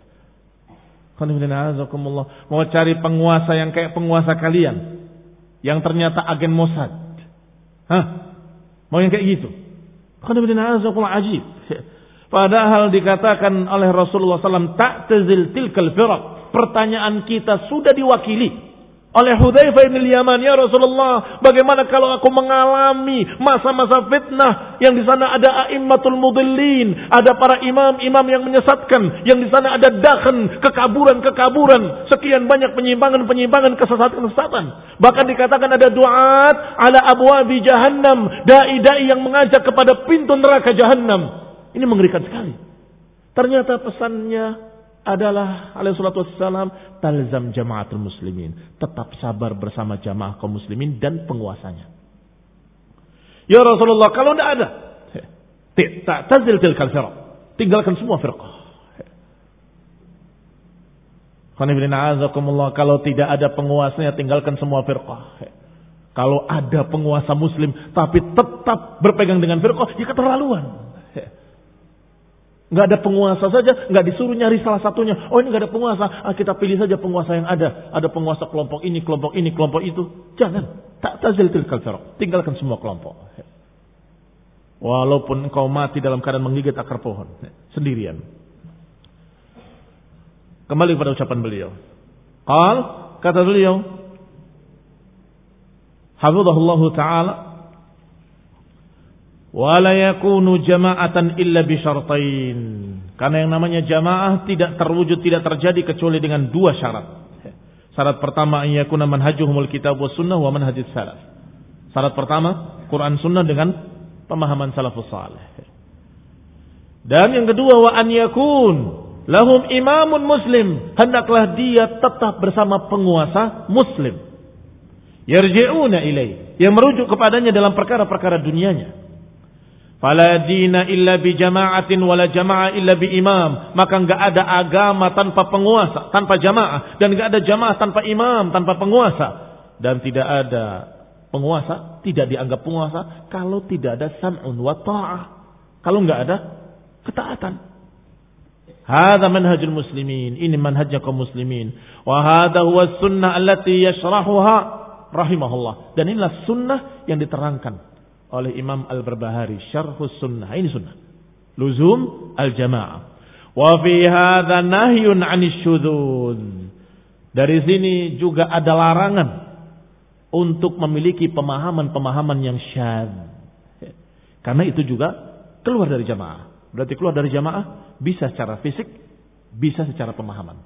Mau cari penguasa yang kayak penguasa kalian, yang ternyata agen Mossad. Hah? Mau yang kayak gitu? Ajib. Padahal dikatakan oleh Rasulullah sallallahu alaihi wasallam, ta'tazil tilkal firaq. Pertanyaan kita sudah diwakili oleh Hudzaifah bin Yaman. Ya Rasulullah, bagaimana kalau aku mengalami masa-masa fitnah yang di sana ada a'immatul mudillin, ada para imam-imam yang menyesatkan, yang di sana ada dakhan, kekaburan-kekaburan, sekian banyak penyimpangan-penyimpangan, kesesatan-kesesatan. Bahkan dikatakan ada du'at ala abwabi jahannam, dai-dai yang mengajak kepada pintu neraka jahannam. Ini mengerikan sekali. Ternyata pesannya adalah alaihi salatu wassalam, talzam jamaatul muslimin, tetap sabar bersama jamaah kaum muslimin dan penguasanya. Ya Rasulullah, kalau tidak ada, ta'tazil tilkal firaq, tinggalkan semua firqah. Kalau tidak ada penguasanya, tinggalkan semua firqah. Kalau ada penguasa muslim tapi tetap berpegang dengan firqah, ya keterlaluan. Nggak ada penguasa saja, nggak disuruh nyari salah satunya. Oh ini nggak ada penguasa, ah, kita pilih saja penguasa yang ada. Ada penguasa kelompok ini, kelompok ini, kelompok itu. Jangan. Ta'tazil tilkal firaq. Tinggalkan semua kelompok. Walaupun engkau mati dalam keadaan menggigit akar pohon sendirian. Kembali kepada ucapan beliau. Qal, kata beliau, hafizahullahu ta'ala, wala yakunu jama'atan illa bi syartain. Karena yang namanya jamaah tidak terwujud, tidak terjadi kecuali dengan dua syarat. Syarat pertama, an yakuna manhajuhumul kitab was sunnah wa manhajus salaf. Syarat pertama, Quran sunnah dengan pemahaman salafus saleh. Dan yang kedua, wa an yakun lahum imamun muslim, hendaklah dia tetap bersama penguasa muslim. Yarji'una ilaih, yang merujuk kepadanya dalam perkara-perkara dunianya. Fala dina illa bi jama'atin wala jama'a illa bi imam. Maka enggak ada agama tanpa penguasa, tanpa jamaah, dan enggak ada jamaah tanpa imam, tanpa penguasa, dan tidak ada penguasa, tidak dianggap penguasa kalau tidak ada sam'un wa ta'ah, kalau enggak ada ketaatan. Hadza manhajul muslimin, ini manhajnya kaum muslimin. Wa hadza huwa sunnah allati yashrahuha rahimahullah. Dan inilah sunnah yang diterangkan oleh Imam Al-Barbahari, Syarhus Sunnah. Ini sunnah luzum al-jamaah. Wa fi hadza nahyun 'anis syudzuz. Dari sini juga ada larangan untuk memiliki pemahaman-pemahaman yang syadz. Karena itu juga keluar dari jamaah. Berarti keluar dari jamaah bisa secara fisik, bisa secara pemahaman.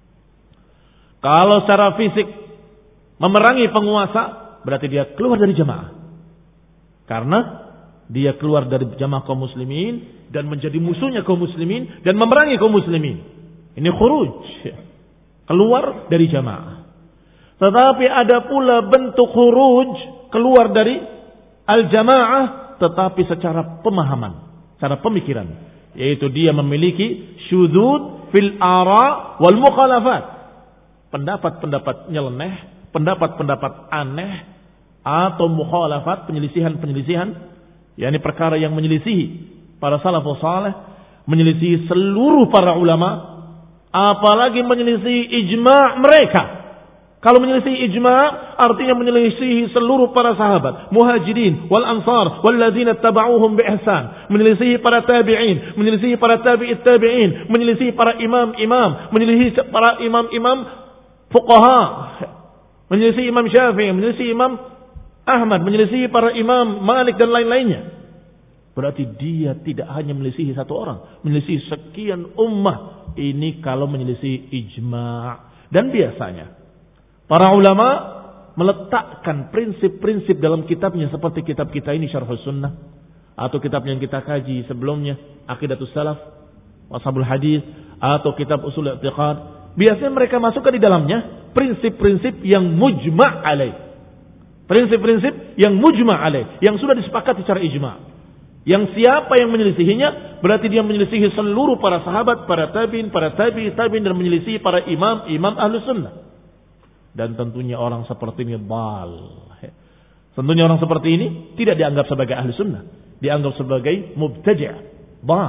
Kalau secara fisik memerangi penguasa, berarti dia keluar dari jamaah. Karena dia keluar dari jamaah kaum muslimin dan menjadi musuhnya kaum muslimin dan memerangi kaum muslimin. Ini khuruj, keluar dari jamaah. Tetapi ada pula bentuk khuruj, keluar dari al-jamaah, tetapi secara pemahaman, secara pemikiran, yaitu dia memiliki syudzud fil ara wal mukhalafat, pendapat-pendapat nyeleneh, pendapat-pendapat aneh, atau mukhalafat, penyelisihan-penyelisihan, yakni perkara yang menyelisihi para salafus saleh, menyelisihi seluruh para ulama, apalagi menyelisihi ijma' mereka. Kalau menyelisihi ijma' artinya menyelisihi seluruh para sahabat, muhajirin wal ansar wal ladzina tabauhum bi ihsan, menyelisihi para tabi'in, menyelisihi para tabi'it tabi'in, menyelisihi para imam-imam, menyelisihi para imam-imam fuqaha, menyelisihi Imam Syafi'i, menyelisihi Imam Ahmad, menyelisihi para imam Malik dan lain-lainnya. Berarti dia tidak hanya menyelisihi satu orang, menyelisihi sekian ummah. Ini kalau menyelisihi ijma'. Dan biasanya para ulama meletakkan prinsip-prinsip dalam kitabnya, seperti kitab kita ini Syarhus Sunnah, atau kitab yang kita kaji sebelumnya Aqidatus Salaf, Ashabul Hadis, atau kitab Ushul I'tiqad. Biasanya mereka masukkan di dalamnya prinsip-prinsip yang mujma' alaih. Prinsip-prinsip yang mujma' alaih, yang sudah disepakati secara ijma'. Yang siapa yang menyelisihinya, berarti dia menyelisihi seluruh para sahabat, para tabi'in, para tabi'i tabi'in, dan menyelisihi para imam, imam Ahlus Sunnah. Dan tentunya orang seperti ini dhal. Tentunya orang seperti ini tidak dianggap sebagai Ahlus Sunnah, dianggap sebagai mubtadi', dhal.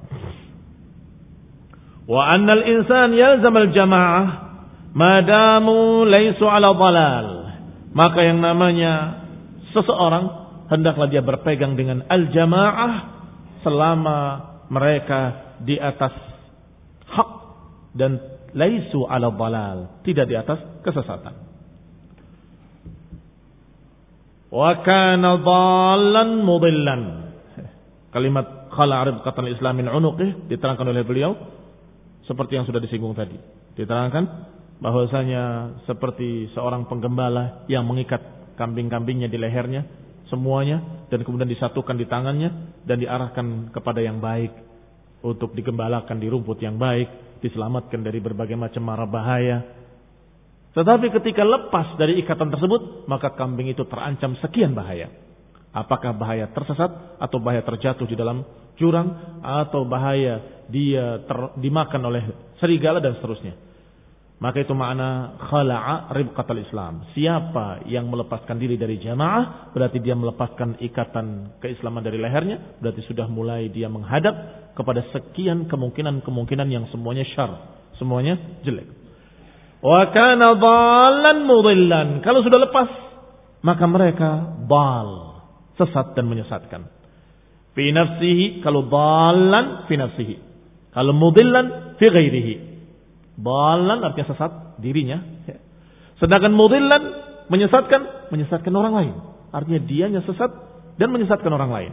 Wa annal insan yalzam al-jama'ah madamu laysu ala dhalal. Maka yang namanya seseorang hendaklah dia berpegang dengan al-jamaah selama mereka di atas hak dan laisu ala dhalal, tidak di atas kesesatan. Wa kana dhallan mudillan. Kalimat khala ribqatal islam min unuqih diterangkan oleh beliau seperti yang sudah disinggung tadi. Diterangkan bahwasanya seperti seorang penggembala yang mengikat kambing-kambingnya di lehernya semuanya, dan kemudian disatukan di tangannya dan diarahkan kepada yang baik untuk digembalakan di rumput yang baik, diselamatkan dari berbagai macam mara bahaya. Tetapi ketika lepas dari ikatan tersebut, maka kambing itu terancam sekian bahaya. Apakah bahaya tersesat, atau bahaya terjatuh di dalam jurang, atau bahaya dia ter, dimakan oleh serigala dan seterusnya. Maka itu makna khala'a ribqatal Islam. Siapa yang melepaskan diri dari jamaah, berarti dia melepaskan ikatan keislaman dari lehernya, berarti sudah mulai dia menghadap kepada sekian kemungkinan-kemungkinan yang semuanya syar, semuanya jelek. Wa kana dhallan mudillan. Kalau sudah lepas, maka mereka dhal, sesat dan menyesatkan. Fi nafsihi, kalau dhallan fi nafsihi. Kalau mudillan fi ghairihi. Dhalan artinya sesat dirinya. Sedangkan mudillan menyesatkan, menyesatkan orang lain. Artinya dianya sesat dan menyesatkan orang lain.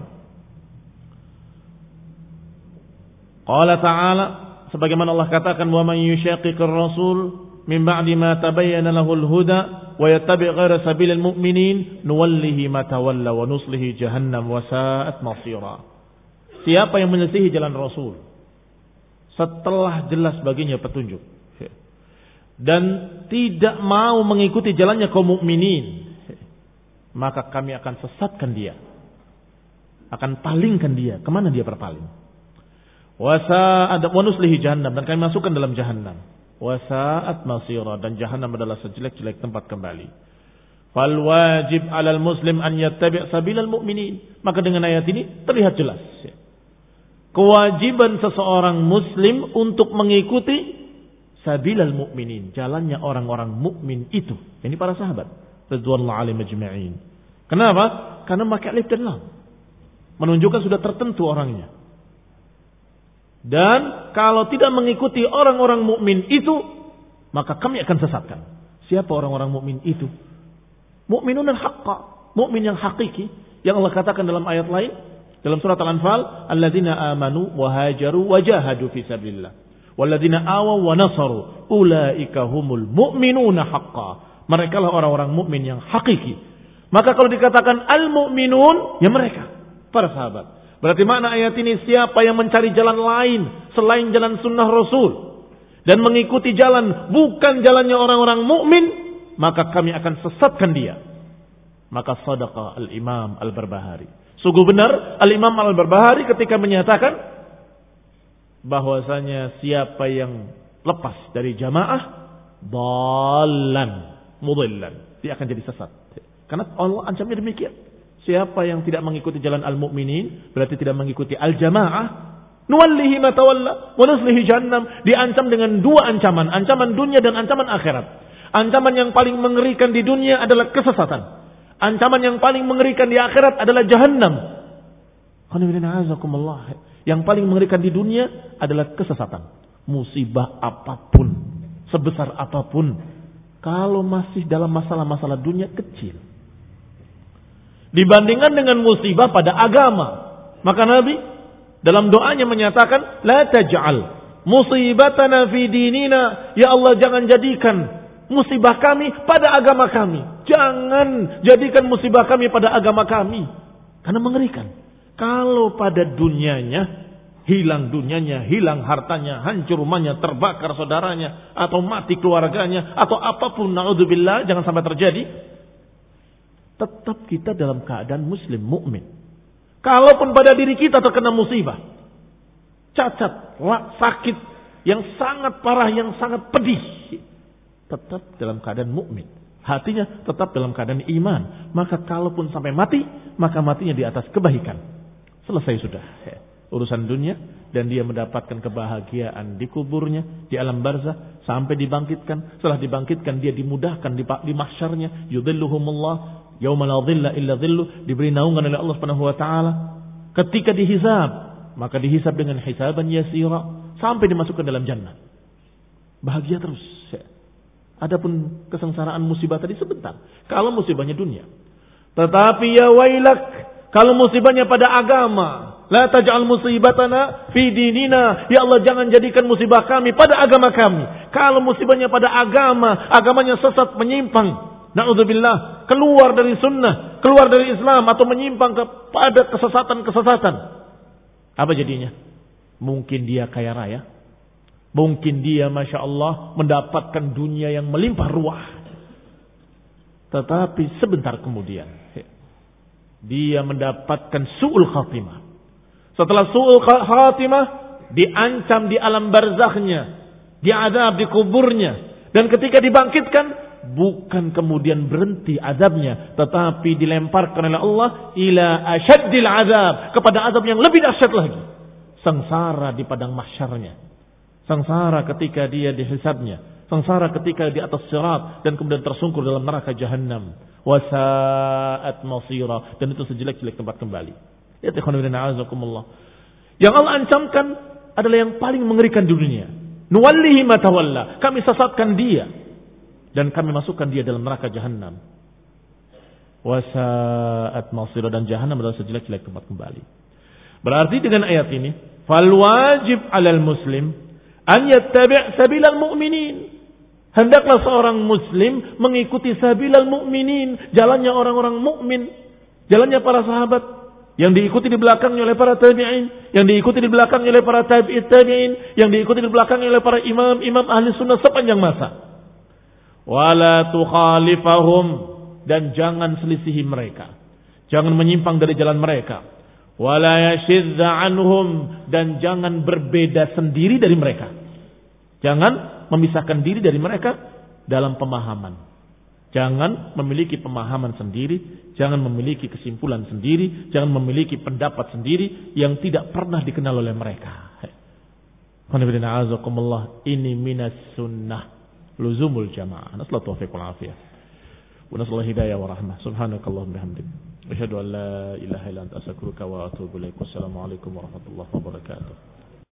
Qala ta'ala, sebagaimana Allah katakan, wa man yushaqiqir rasul min ba'di ma tabayyana lahul huda wa yattabi' ghaira sabilil mu'minin nuwallihi ma tawalla wa nuslihi jahannam wa sa'at masira. Siapa yang menyelisihi jalan Rasul setelah jelas baginya petunjuk dan tidak mau mengikuti jalannya kaum mukminin, maka kami akan sesatkan dia, akan palingkan dia. Kemana dia berpaling? Wa sa'at wa nuslihi jahannam, dan kami masukkan dalam jahannam. Wa sa'at masira, dan jahannam adalah sejelek-jelek tempat kembali. Fal wajib 'alal muslim an yattabi' sabilal mu'minin. Maka dengan ayat ini terlihat jelas kewajiban seseorang muslim untuk mengikuti sabilal mu'minin, jalannya orang-orang mukmin itu. Ini para sahabat radhiyallahu alaihim ajma'in. Kenapa? Karena pakai alif dan lam, menunjukkan sudah tertentu orangnya. Dan kalau tidak mengikuti orang-orang mukmin itu, maka kami akan sesatkan. Siapa orang-orang mukmin itu? Mukminun haqqa, mukmin yang hakiki, yang Allah katakan dalam ayat lain dalam surat Al-Anfal, alladzina amanu wa hajaru wa jahadu fi sabilillah walladzina awaw wa nasaru ulaika humul mu'minuna haqqa. Mereka lah orang-orang mukmin yang hakiki. Maka kalau dikatakan al-mu'minun, ya mereka, para sahabat. Berarti makna ayat ini, siapa yang mencari jalan lain selain jalan sunnah Rasul dan mengikuti jalan bukan jalannya orang-orang mukmin, maka kami akan sesatkan dia. Maka sadaqa al-Imam Al-Barbahari. Sungguh benar al-Imam Al-Barbahari ketika menyatakan bahwasanya siapa yang lepas dari jamaah dhalan mudillan, dia akan jadi sesat. Karena Allah ancamnya demikian. Siapa yang tidak mengikuti jalan al-mu'minin berarti tidak mengikuti al-jamaah, nuwallihi ma tawalla wa nuslihi jahannam. Diancam dengan dua ancaman, ancaman dunia dan ancaman akhirat. Ancaman yang paling mengerikan di dunia adalah kesesatan. Ancaman yang paling mengerikan di akhirat adalah jahannam. Yang paling mengerikan di dunia adalah kesesatan. Musibah apapun, sebesar apapun, kalau masih dalam masalah-masalah dunia, kecil dibandingkan dengan musibah pada agama. Maka Nabi dalam doanya menyatakan, la taj'al musibatana fi dinina, ya Allah jangan jadikan musibah kami pada agama kami. Jangan jadikan musibah kami pada agama kami. Karena mengerikan. Kalau pada dunianya, hilang dunianya, hilang hartanya, hancur rumahnya, terbakar saudaranya, atau mati keluarganya, atau apapun, na'udzubillah, jangan sampai terjadi, tetap kita dalam keadaan muslim, mukmin. Kalaupun pada diri kita terkena musibah, cacat, sakit, yang sangat parah, yang sangat pedih, tetap dalam keadaan mukmin. Hatinya tetap dalam keadaan iman. Maka kalaupun sampai mati, maka matinya di atas kebaikan. Selesai sudah urusan dunia, dan dia mendapatkan kebahagiaan di kuburnya, di alam barzah, sampai dibangkitkan. Setelah dibangkitkan, dia dimudahkan di, di mahsyarnya, yudhilluhumullah yauma la dhilla illa dhillu, diberi naungan oleh Allah Subhanahu wa taala. Ketika dihisab, maka dihisab dengan hisaban yasira, sampai dimasukkan dalam jannah. Bahagia terus. Adapun kesengsaraan musibah tadi sebentar, kalau musibahnya dunia. Tetapi ya wailak, kalau musibahnya pada agama, la taj'al musibatana fi dinina, ya Allah jangan jadikan musibah kami pada agama kami. Kalau musibahnya pada agama, agamanya sesat, menyimpang, na'udzubillah, keluar dari sunnah, keluar dari Islam, atau menyimpang kepada kesesatan-kesesatan, apa jadinya? Mungkin dia kaya raya, mungkin dia Masya Allah mendapatkan dunia yang melimpah ruah, tetapi sebentar kemudian dia mendapatkan su'ul khatimah. Setelah su'ul khatimah, diancam di alam barzakhnya, diazab di kuburnya, dan ketika dibangkitkan, bukan kemudian berhenti azabnya, tetapi dilemparkan oleh Allah ila asyaddil azab, kepada azab yang lebih dahsyat lagi. Sengsara di padang mahsyarnya, sengsara ketika dia dihisabnya, sengsara ketika di atas sirat dan kemudian tersungkur dalam neraka jahannam. Wasa'at masira, dan itu sejelek-jelek tempat kembali. Ya ikhwanuddin a'azakumullah. Yang Allah ancamkan adalah yang paling mengerikan di dunia. Nuwallihi ma tawalla, kami sesatkan dia dan kami masukkan dia dalam neraka jahannam. Wasa'at masira, dan jahannam adalah sejelek-jelek tempat kembali. Berarti dengan ayat ini, fal wajib 'alal muslim an yattabi' sabilal mu'minin. Hendaklah seorang muslim mengikuti sabilal mu'minin, jalannya orang-orang mukmin, jalannya para sahabat yang diikuti di belakangnya oleh para tabi'in, yang diikuti di belakangnya oleh para tabi'it tabi'in, yang diikuti di belakangnya oleh para imam-imam ahli sunnah sepanjang masa. Wala tukhalifahum, dan jangan selisihi mereka, jangan menyimpang dari jalan mereka. Wala yashidda anhum, dan jangan berbeda sendiri dari mereka, jangan memisahkan diri dari mereka dalam pemahaman. Jangan memiliki pemahaman sendiri, jangan memiliki kesimpulan sendiri, jangan memiliki pendapat sendiri yang tidak pernah dikenal oleh mereka. Ini minas sunnah, luzumul jamaah. Nasallahu taufiq wal afiyah. Wa nasallahu hidayah wa rahmah. Subhanakallahumma bihamdik, asyhadu an la ilaha illa anta astaghfiruka wa atubu ilaik. Wassalamu alaikum warahmatullahi wabarakatuh.